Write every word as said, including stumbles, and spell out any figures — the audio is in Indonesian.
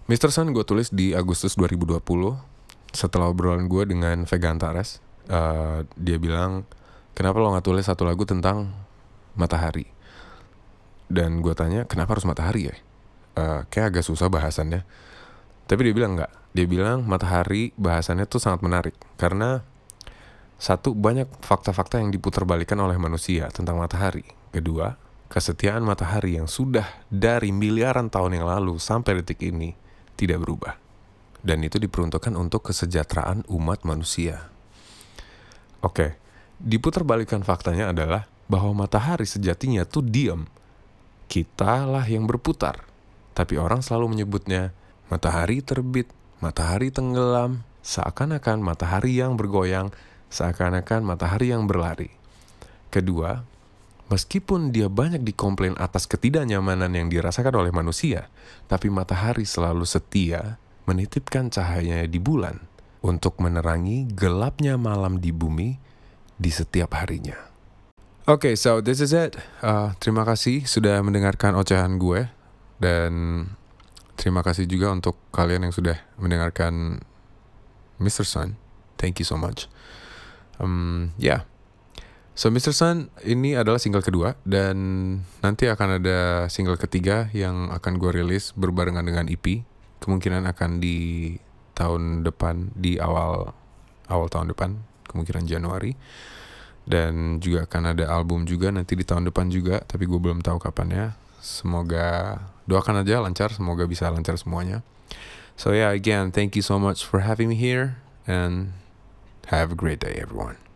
mister Sun gue tulis di Agustus dua ribu dua puluh setelah obrolan gue dengan Vega Antares. Uh, dia bilang, kenapa lo gak tulis satu lagu tentang matahari? Dan gue tanya, kenapa harus matahari ya? Uh, kayak agak susah bahasannya. Tapi dia bilang enggak. Dia bilang matahari bahasannya tuh sangat menarik. Karena satu, banyak fakta-fakta yang diputerbalikan oleh manusia tentang matahari. Kedua, kesetiaan matahari yang sudah dari miliaran tahun yang lalu sampai detik ini tidak berubah. Dan itu diperuntukkan untuk kesejahteraan umat manusia. Oke, diputerbalikan faktanya adalah bahwa matahari sejatinya tuh diam. Kitalah yang berputar. Tapi orang selalu menyebutnya matahari terbit, matahari tenggelam, seakan-akan matahari yang bergoyang, seakan-akan matahari yang berlari. Kedua, meskipun dia banyak dikomplain atas ketidaknyamanan yang dirasakan oleh manusia, tapi matahari selalu setia menitipkan cahayanya di bulan untuk menerangi gelapnya malam di bumi di setiap harinya. Oke, okay, so this is it. Uh, terima kasih sudah mendengarkan ocehan gue. Dan terima kasih juga untuk kalian yang sudah mendengarkan mister Sun. Thank you so much. Um, ya. Yeah. So mister Sun ini adalah single kedua. Dan nanti akan ada single ketiga yang akan gue rilis berbarengan dengan E P. Kemungkinan akan di tahun depan, di awal awal tahun depan, kemungkinan Januari. Dan juga akan ada album juga nanti di tahun depan juga, tapi gue belum tahu kapannya. Semoga, doakan aja lancar, semoga bisa lancar semuanya. So yeah, again, thank you so much for having me here, and have a great day everyone.